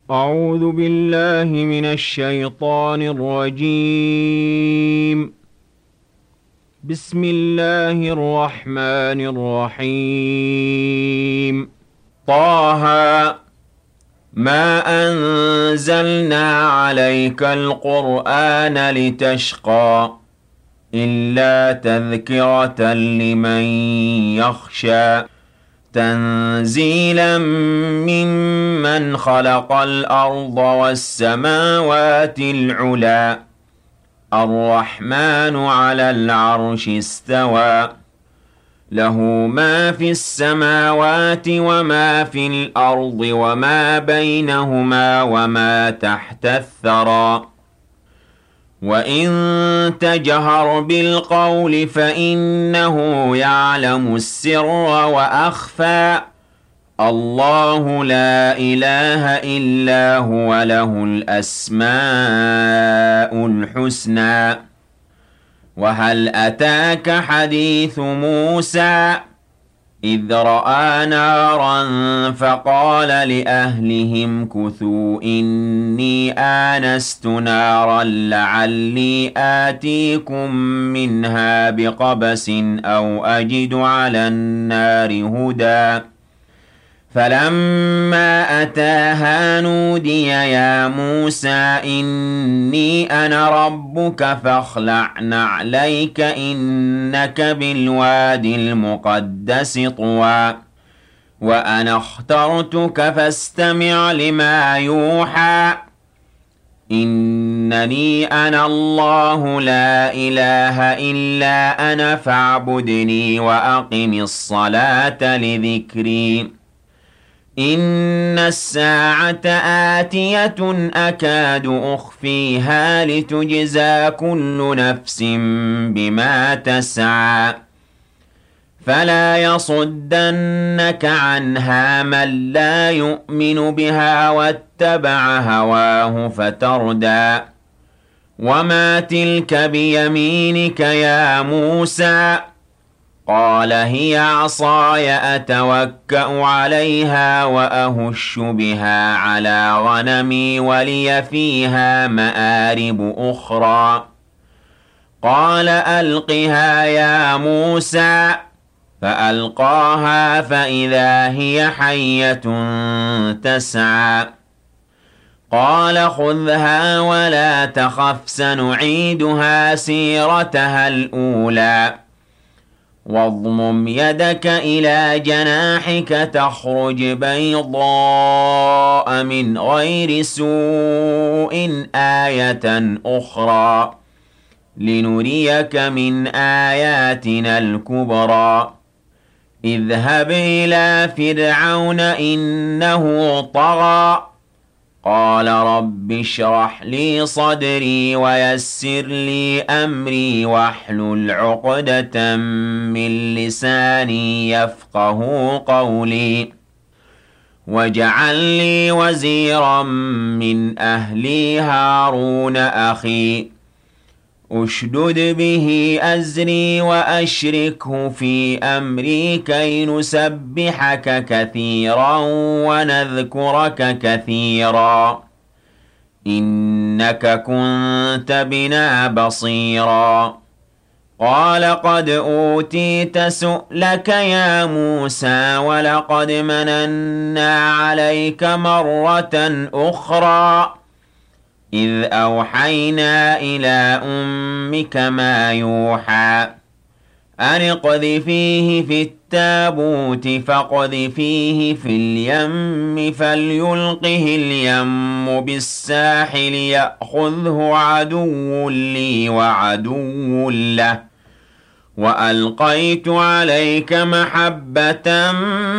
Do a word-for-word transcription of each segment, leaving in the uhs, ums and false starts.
أعوذ بالله من الشيطان الرجيم. بسم الله الرحمن الرحيم. طه ما أنزلنا عليك القرآن لتشقى إلا تذكرة لمن يخشى تنزيلا ممن خلق الأرض والسماوات العلى الرحمن على العرش استوى له ما في السماوات وما في الأرض وما بينهما وما تحت الثرى وإن تجهر بالقول فإنه يعلم السر وأخفى الله لا إله إلا هو له الأسماء الحسنى وهل أتاك حديث موسى إذ رأى نارا فقال لأهلهم كثوا إني آنست نارا لعلي آتيكم منها بقبس أو أجد على النار هدى فلما أتاها نودي يا موسى إني أنا ربك فاخلع نعليك إنك بالوادي المقدس طوى وأنا اخترتك فاستمع لما يوحى إنني أنا الله لا إله إلا أنا فاعبدني وأقم الصلاة لذكري إن الساعة آتية أكاد أخفيها لتجزى كل نفس بما تسعى فلا يصدنك عنها من لا يؤمن بها واتبع هواه فتردى وما تلك بيمينك يا موسى قال هي عصاي أتوكأ عليها وأهش بها على غنمي ولي فيها مآرب أخرى قال ألقها يا موسى فألقاها فإذا هي حية تسعى قال خذها ولا تخف سنعيدها سيرتها الأولى واضمم يدك إلى جناحك تخرج بيضاء من غير سوء آية أخرى لنريك من آياتنا الكبرى اذهب إلى فرعون إنه طغى قال رب اشرح لي صدري ويسر لي أمري واحلل عقدة من لساني يفقه قولي واجعل لي وزيرا من أهلي هارون أخي أشدد به أزري وأشركه في أمري كي نسبحك كثيرا ونذكرك كثيرا إنك كنت بنا بصيرا قال قد أوتيت سؤلك يا موسى ولقد مننا عليك مرة أخرى إذ أوحينا إلى أمك ما يوحى أن اقذفيه في التابوت فاقذفيه في اليم فليلقه اليم بالساحل يأخذه عدو لي وعدو له وألقيت عليك محبة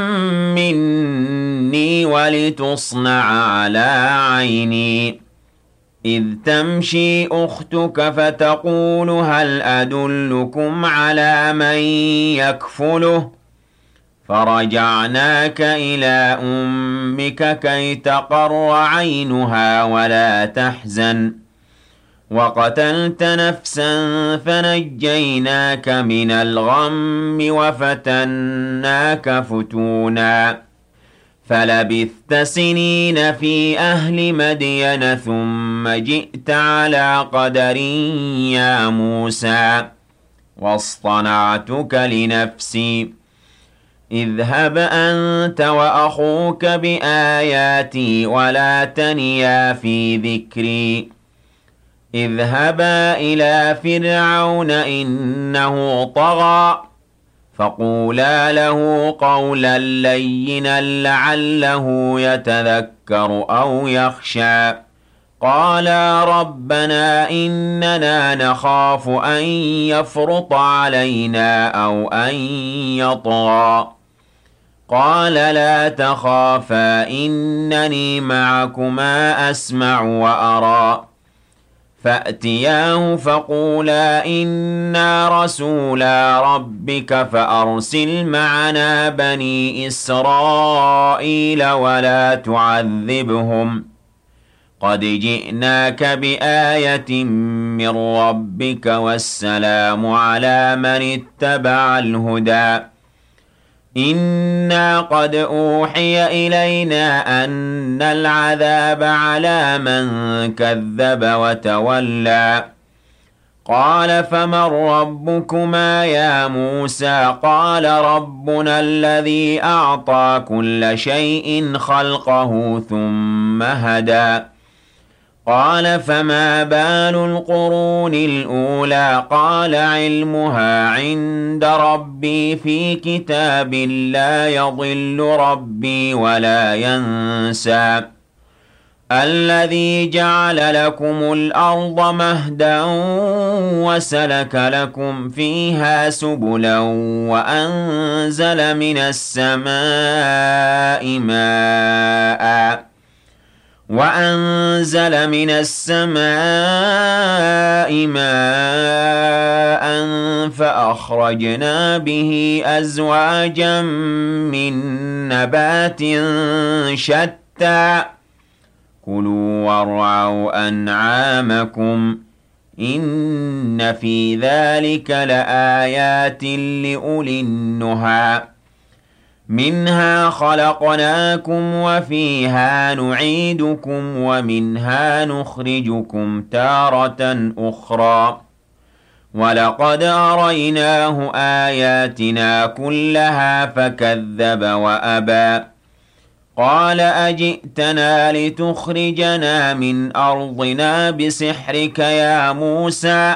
مني ولتصنع على عيني إذ تمشي أختك فتقول هل أدلكم على من يكفله فرجعناك إلى أمك كي تقر عينها ولا تحزن وقتلت نفسا فنجيناك من الغم وفتناك فتونا فلبثت سنين في أهل مدين ثم جئت على قدر يا موسى واصطنعتك لنفسي اذهب أنت وأخوك بآياتي ولا تنيا في ذكري اذهبا إلى فرعون إنه طغى فقولا له قولا لينا لعله يتذكر أو يخشى قالا ربنا إننا نخاف أن يفرط علينا أو أن يطغى قال لا تخافا إنني معكما أسمع وأرى فأتياه فقولا إنا رسولا ربك فأرسل معنا بني إسرائيل ولا تعذبهم قد جئناك بآية من ربك والسلام على من اتبع الهدى إنا قد أوحي إلينا أن العذاب على من كذب وتولى قال فمن ربكما يا موسى قال ربنا الذي أعطى كل شيء خلقه ثم هدى قال فما بال القرون الأولى قال علمها عند ربي في كتاب لا يضل ربي ولا ينسى الذي جعل لكم الأرض مهدا وسلك لكم فيها سبلا وأنزل من السماء ماء وأنزل من السماء ماء فأخرجنا به أزواجا من نبات شتى كلوا وارعوا أنعامكم إن في ذلك لآيات لأولي النهى منها خلقناكم وفيها نعيدكم ومنها نخرجكم تارة أخرى ولقد أريناه آياتنا كلها فكذب وأبى قال أجئتنا لتخرجنا من أرضنا بسحرك يا موسى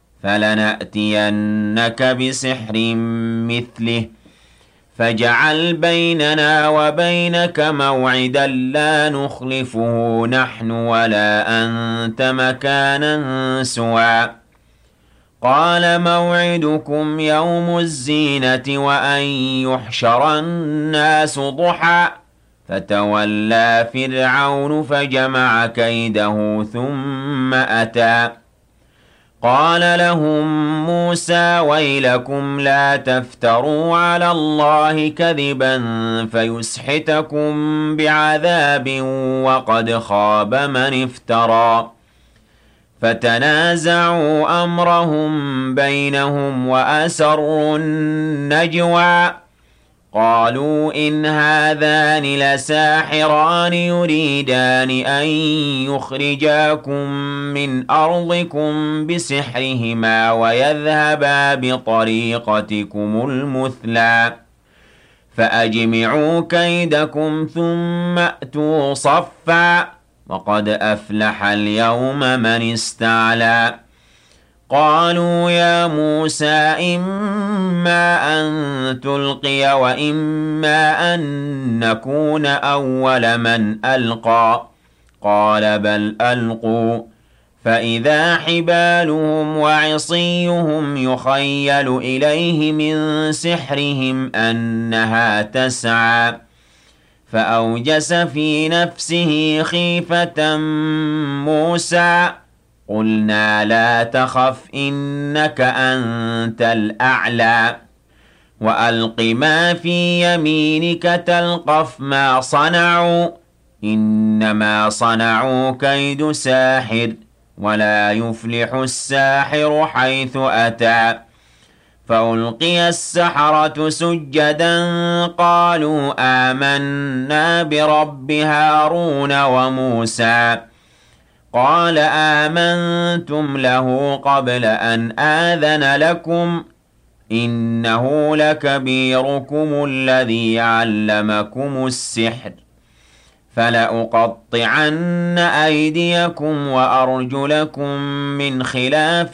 فلنأتينك بسحر مثله فاجعل بيننا وبينك موعدا لا نخلفه نحن ولا أنت مكانا سوى قال موعدكم يوم الزينة وأن يحشر الناس ضحى فتولى فرعون فجمع كيده ثم أتى قال لهم موسى ويلكم لا تفتروا على الله كذبا فيسحتكم بعذاب وقد خاب من افترى فتنازعوا أمرهم بينهم وأسروا النجوى قالوا إن هذان لساحران يريدان أن يخرجاكم من أرضكم بسحرهما ويذهبا بطريقتكم المثلى فأجمعوا كيدكم ثم أتوا صفا وقد أفلح اليوم من استعلى قالوا يا موسى إما أن تلقي وإما أن نكون أول من ألقى قال بل ألقوا فإذا حبالهم وعصيهم يخيل إليه من سحرهم أنها تسعى فأوجس في نفسه خيفة موسى قلنا لا تخف إنك أنت الأعلى وألق ما في يمينك تلقف ما صنعوا إنما صنعوا كيد ساحر ولا يفلح الساحر حيث أتى فألقي السحرة سجدا قالوا آمنا برب هارون وموسى قال آمنتم له قبل أن آذن لكم إنه لكبيركم الذي علمكم السحر فلأقطعن أيديكم وأرجلكم من خلاف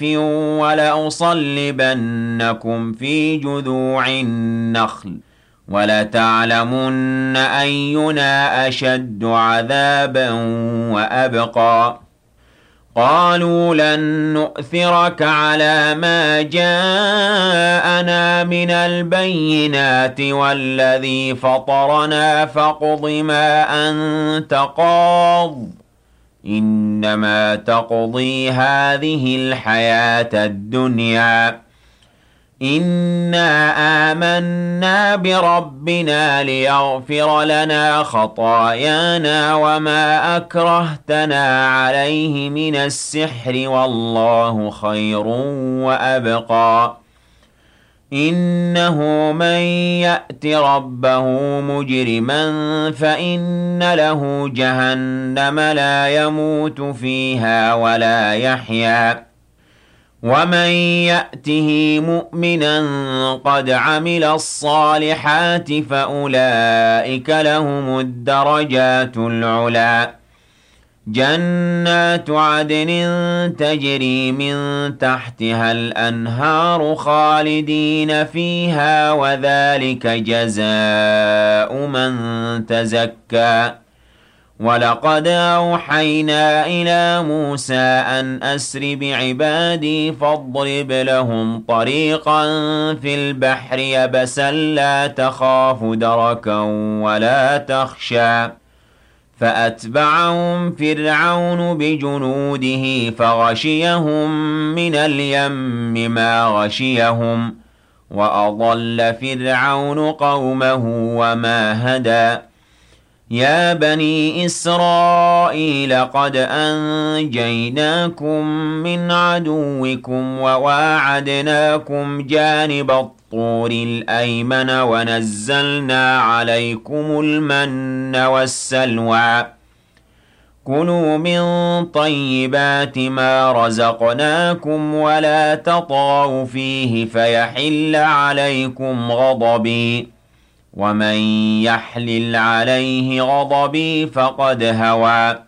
ولأصلبنكم في جذوع النخل ولتعلمن أينا أشد عذابا وأبقى قالوا لن نؤثرك على ما جاءنا من البينات والذي فطرنا فاقض ما أنت قاض إنما تقضي هذه الحياة الدنيا إنا آمنا بربنا ليغفر لنا خطايانا وما أكرهتنا عليه من السحر والله خير وأبقى إنه من يأت ربه مجرما فإن له جهنم لا يموت فيها ولا يحيا ومن يأته مؤمنا قد عمل الصالحات فأولئك لهم الدرجات العلا جنات عدن تجري من تحتها الأنهار خالدين فيها وذلك جزاء من تزكى ولقد أوحينا إلى موسى أن أسر بعبادي فاضرب لهم طريقا في البحر يبسا لا تخاف دركا ولا تخشى فأتبعهم فرعون بجنوده فغشيهم من اليم ما غشيهم وأضل فرعون قومه وما هدى يا بني إسرائيل قد أنجيناكم من عدوكم وواعدناكم جانب الطور الأيمن ونزلنا عليكم المن والسلوى كلوا من طيبات ما رزقناكم ولا تطغوا فيه فيحل عليكم غضبي ومن يحلل عليه غضبي فقد هوى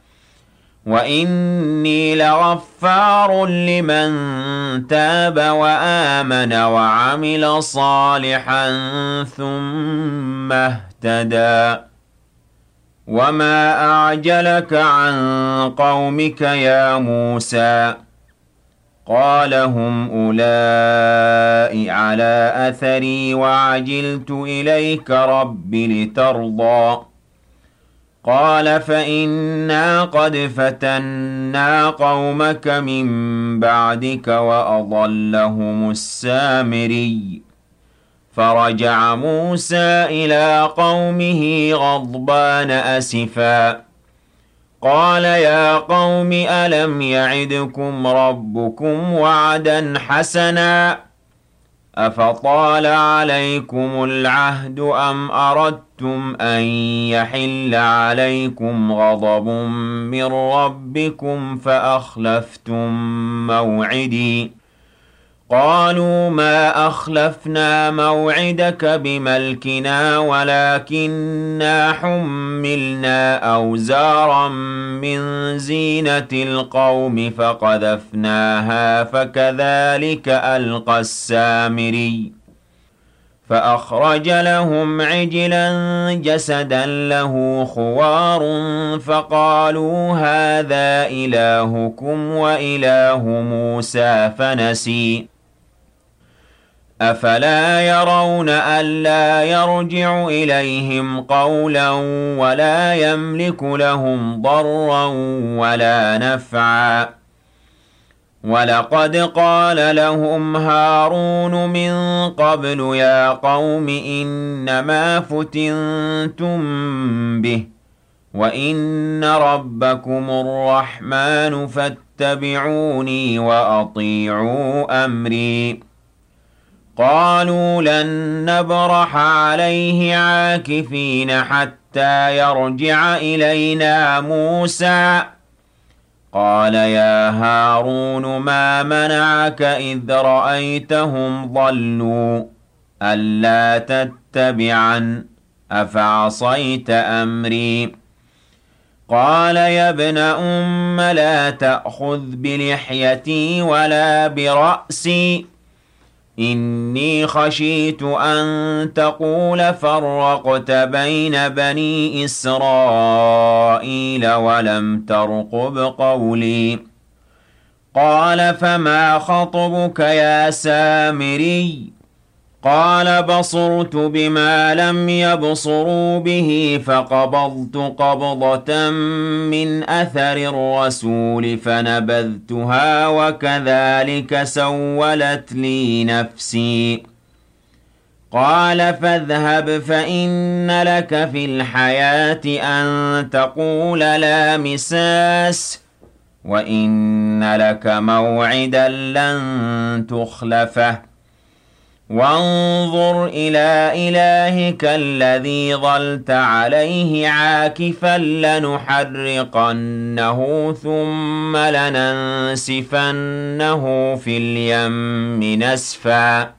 وإني لغفار لمن تاب وآمن وعمل صالحا ثم اهتدى وما أعجلك عن قومك يا موسى قال هم أولئك على أثري وعجلت إليك رب لترضى قال فإنا قد فتنا قومك من بعدك وأضلهم السامري فرجع موسى إلى قومه غضبان أسفا قال يا قوم ألم يعدكم ربكم وعدا حسنا أفطال عليكم العهد أم أردتم أن يحل عليكم غضب من ربكم فأخلفتم موعدي قالوا ما أخلفنا موعدك بملكنا ولكننا حملنا أوزارا من زينة القوم فقذفناها فكذلك ألقى السامري فأخرج لهم عجلا جسدا له خوار فقالوا هذا إلهكم وإله موسى فنسي أفلا يرون ألا يرجع إليهم قولا ولا يملك لهم ضرا ولا نفعا ولقد قال لهم هارون من قبل يا قوم إنما فتنتم به وإن ربكم الرحمن فاتبعوني وأطيعوا أمري قالوا لن نبرح عليه عاكفين حتى يرجع إلينا موسى قال يا هارون ما منعك إذ رأيتهم ضلوا ألا تتبعن أفعصيت أمري قال يا ابن أم لا تأخذ بلحيتي ولا برأسي إني خشيت أن تقول فرقت بين بني إسرائيل ولم ترقب قولي قال فما خطبك يا سامري قال بصرت بما لم يبصروا به فقبضت قبضة من أثر الرسول فنبذتها وكذلك سولت لي نفسي قال فاذهب فإن لك في الحياة أن تقول لا مساس وإن لك موعدا لن تخلفه وانظر إلى إلهك الذي ظلت عليه عاكفا لنحرقنه ثم لننسفنه في اليم نسفا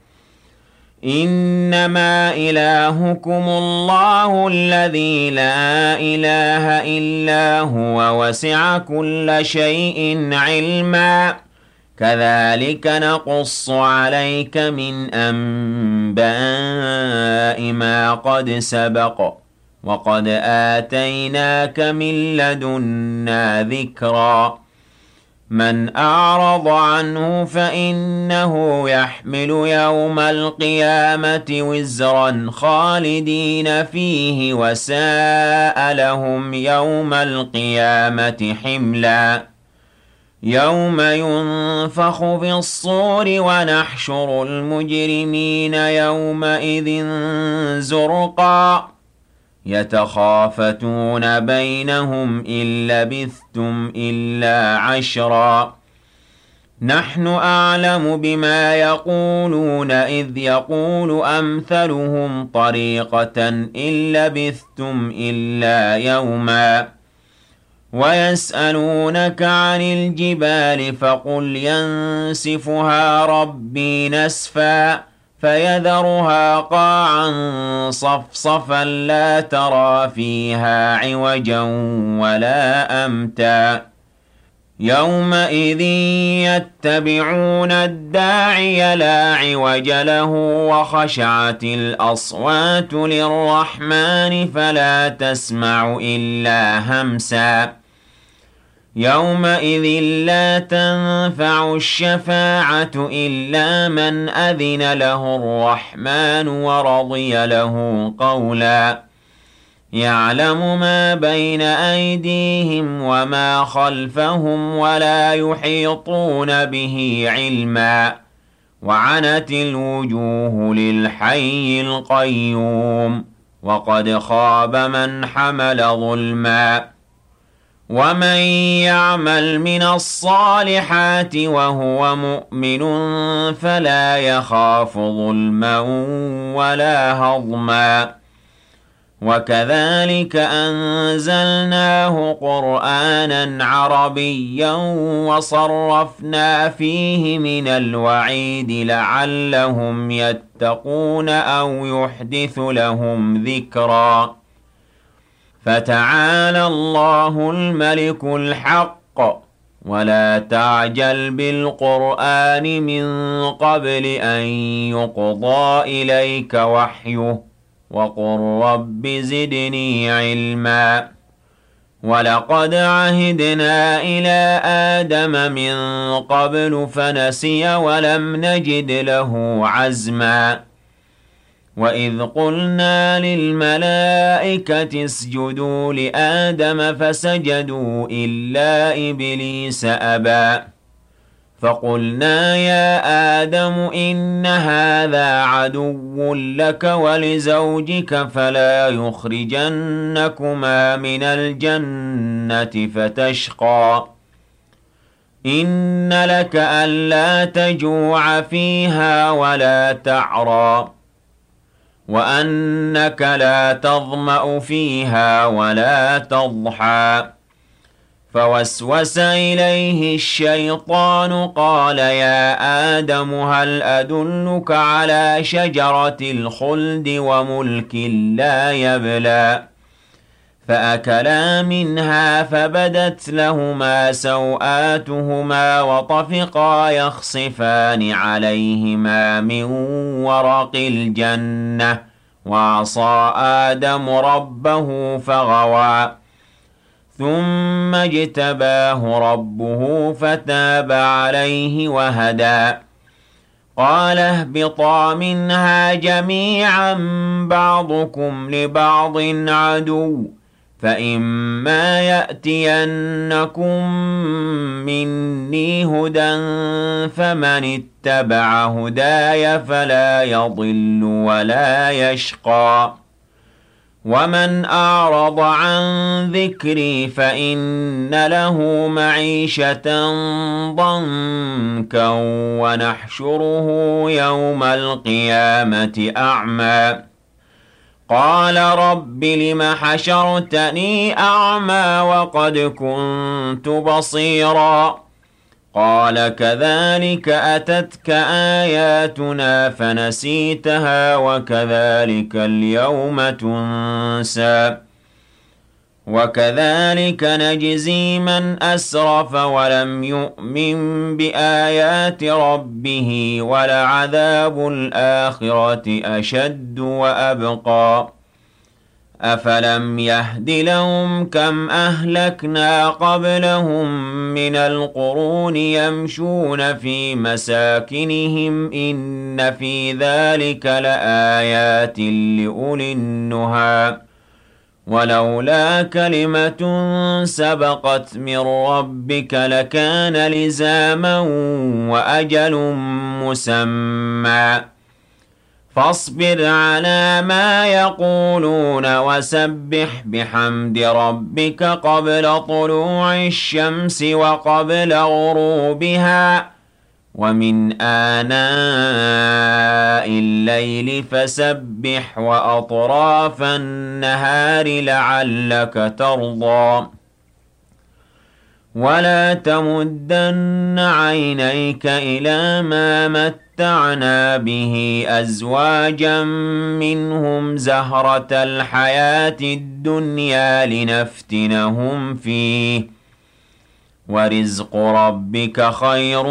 إنما إلهكم الله الذي لا إله إلا هو وسع كل شيء علما كذلك نقص عليك من أنباء ما قد سبق وقد آتيناك من لدنا ذكرا من أعرض عنه فإنه يحمل يوم القيامة وزرا خالدين فيه وساء لهم يوم القيامة حملا يوم ينفخ في الصور ونحشر المجرمين يومئذ زرقا يتخافتون بينهم إن لبثتم إلا عشرا نحن أعلم بما يقولون إذ يقول أمثلهم طريقة إن لبثتم إلا يوما ويسألونك عن الجبال فقل ينسفها ربي نسفا فيذرها قاعا صفصفا لا ترى فيها عوجا ولا أمتا يومئذ يتبعون الداعي لا عوج له وخشعت الأصوات للرحمن فلا تسمع إلا همسا يومئذ لا تنفع الشفاعة إلا من أذن له الرحمن ورضي له قولا يعلم ما بين أيديهم وما خلفهم ولا يحيطون به علما وعنت الوجوه للحي القيوم وقد خاب من حمل ظلما ومن يعمل من الصالحات وهو مؤمن فلا يخاف ظلما ولا هضما وكذلك أنزلناه قرآنا عربيا وصرفنا فيه من الوعيد لعلهم يتقون أو يحدث لهم ذكرا فتعالى الله الملك الحق ولا تعجل بالقرآن من قبل أن يقضى إليك وحيه وقل رب زدني علما ولقد عهدنا إلى آدم من قبل فنسي ولم نجد له عزما وإذ قلنا للملائكة اسجدوا لآدم فسجدوا إلا إبليس أبى فقلنا يا آدم إن هذا عدو لك ولزوجك فلا يخرجنكما من الجنة فتشقى إن لك ألا تجوع فيها ولا تعرى وأنك لا تظمأ فيها ولا تضحى فوسوس إليه الشيطان قال يا آدم هل أدلك على شجرة الخلد وملك لا يبلى فأكلا منها فبدت لهما سوآتهما وطفقا يخصفان عليهما من ورق الجنة وعصى آدم ربه فغوى ثم اجتباه ربه فتاب عليه وهدى قال اهبطا منها جميعا بعضكم لبعض عدو فإما يأتينكم مني هدى فمن اتبع هداي فلا يضل ولا يشقى ومن أعرض عن ذكري فإن له معيشة ضنكا ونحشره يوم القيامة أعمى قال رب لم حشرتني أعمى وقد كنت بصيرا قال كذلك أتتك آياتنا فنسيتها وكذلك اليوم تنسى وكذلك نجزي من أسرف ولم يؤمن بآيات ربه ولعذاب الآخرة أشد وأبقى أفلم يهد لهم كم أهلكنا قبلهم من القرون يمشون في مساكنهم إن في ذلك لآيات لأولي النهى ولولا كلمة سبقت من ربك لكان لزاما وأجل مسمى فاصبر على ما يقولون وسبح بحمد ربك قبل طلوع الشمس وقبل غروبها ومن آناء الليل فسبح وأطراف النهار لعلك ترضى ولا تمدن عينيك إلى ما متعنا به أزواجا منهم زهرة الحياة الدنيا لنفتنهم فيه ورزق ربك خير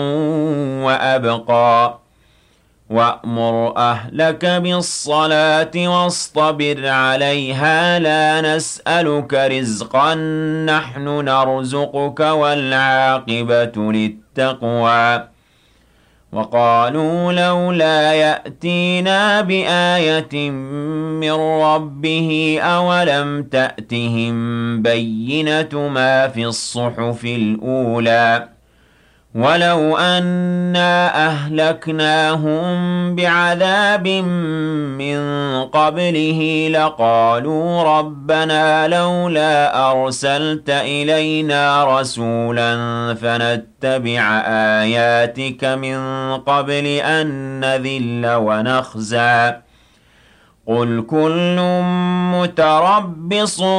وأبقى وأمر أهلك بالصلاة واصطبر عليها لا نسألك رزقا نحن نرزقك والعاقبة للتقوى وقالوا لولا يأتينا بآية من ربه أولم تأتهم بينة ما في الصحف الأولى ولو أنا أهلكناهم بعذاب من قبله لقالوا ربنا لولا أرسلت إلينا رسولا فنتبع آياتك من قبل أن نذل ونخزى قل كل متربص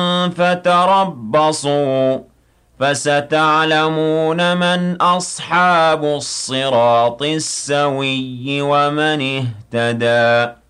فتربصوا فستعلمون من أصحاب الصراط السوي ومن اهتدى